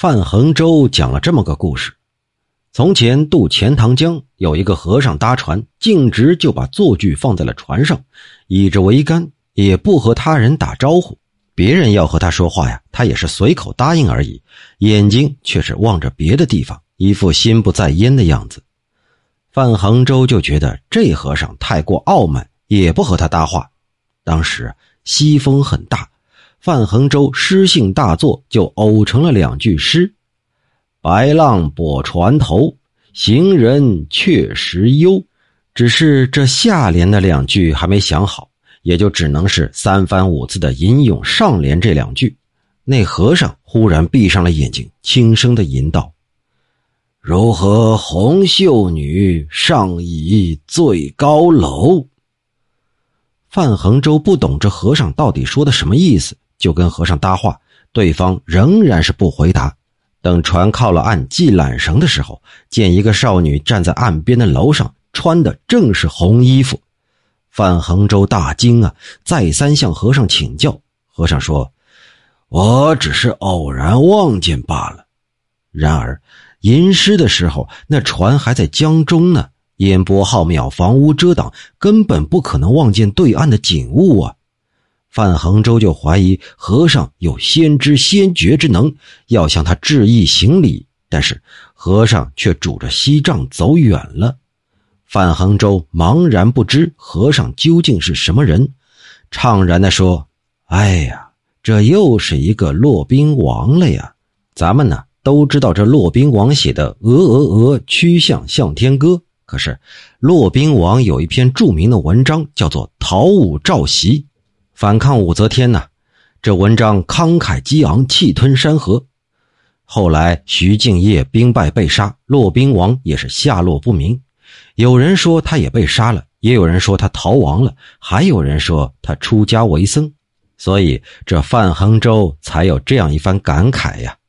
范衡州讲了这么个故事。从前渡钱塘江，有一个和尚搭船，径直就把坐具放在了船上，倚着桅杆，也不和他人打招呼。别人要和他说话呀，他也是随口答应而已，眼睛却是望着别的地方，一副心不在焉的样子。范衡州就觉得这和尚太过傲慢，也不和他搭话。当时西风很大，范衡州诗兴大作，就偶成了2句诗：白浪拨船头，行人确实忧。只是这下联的2句还没想好，也就只能是3番5次的吟咏上联这2句。那和尚忽然闭上了眼睛，轻声地吟道：如何红袖女，上倚最高楼。范衡州不懂这和尚到底说的什么意思，就跟和尚搭话，对方仍然是不回答。等船靠了岸系缆绳的时候，见一个少女站在岸边的楼上，穿的正是红衣服。范衡州大惊啊，再三向和尚请教。和尚说：我只是偶然望见罢了。然而吟诗的时候，那船还在江中呢，烟波浩渺，房屋遮挡，根本不可能望见对岸的景物啊。范衡州就怀疑和尚有先知先觉之能，要向他致意行礼，但是和尚却拄着锡杖走远了。范衡州茫然不知和尚究竟是什么人，怅然地说：哎呀，这又是一个骆宾王了呀。咱们呢都知道这骆宾王写的曲项向天歌，可是骆宾王有一篇著名的文章叫做讨武召檄，反抗武则天呢。这文章慷慨激昂，气吞山河。后来徐敬业兵败被杀，骆宾王也是下落不明。有人说他也被杀了，也有人说他逃亡了，还有人说他出家为僧。所以这范衡州才有这样一番感慨呀。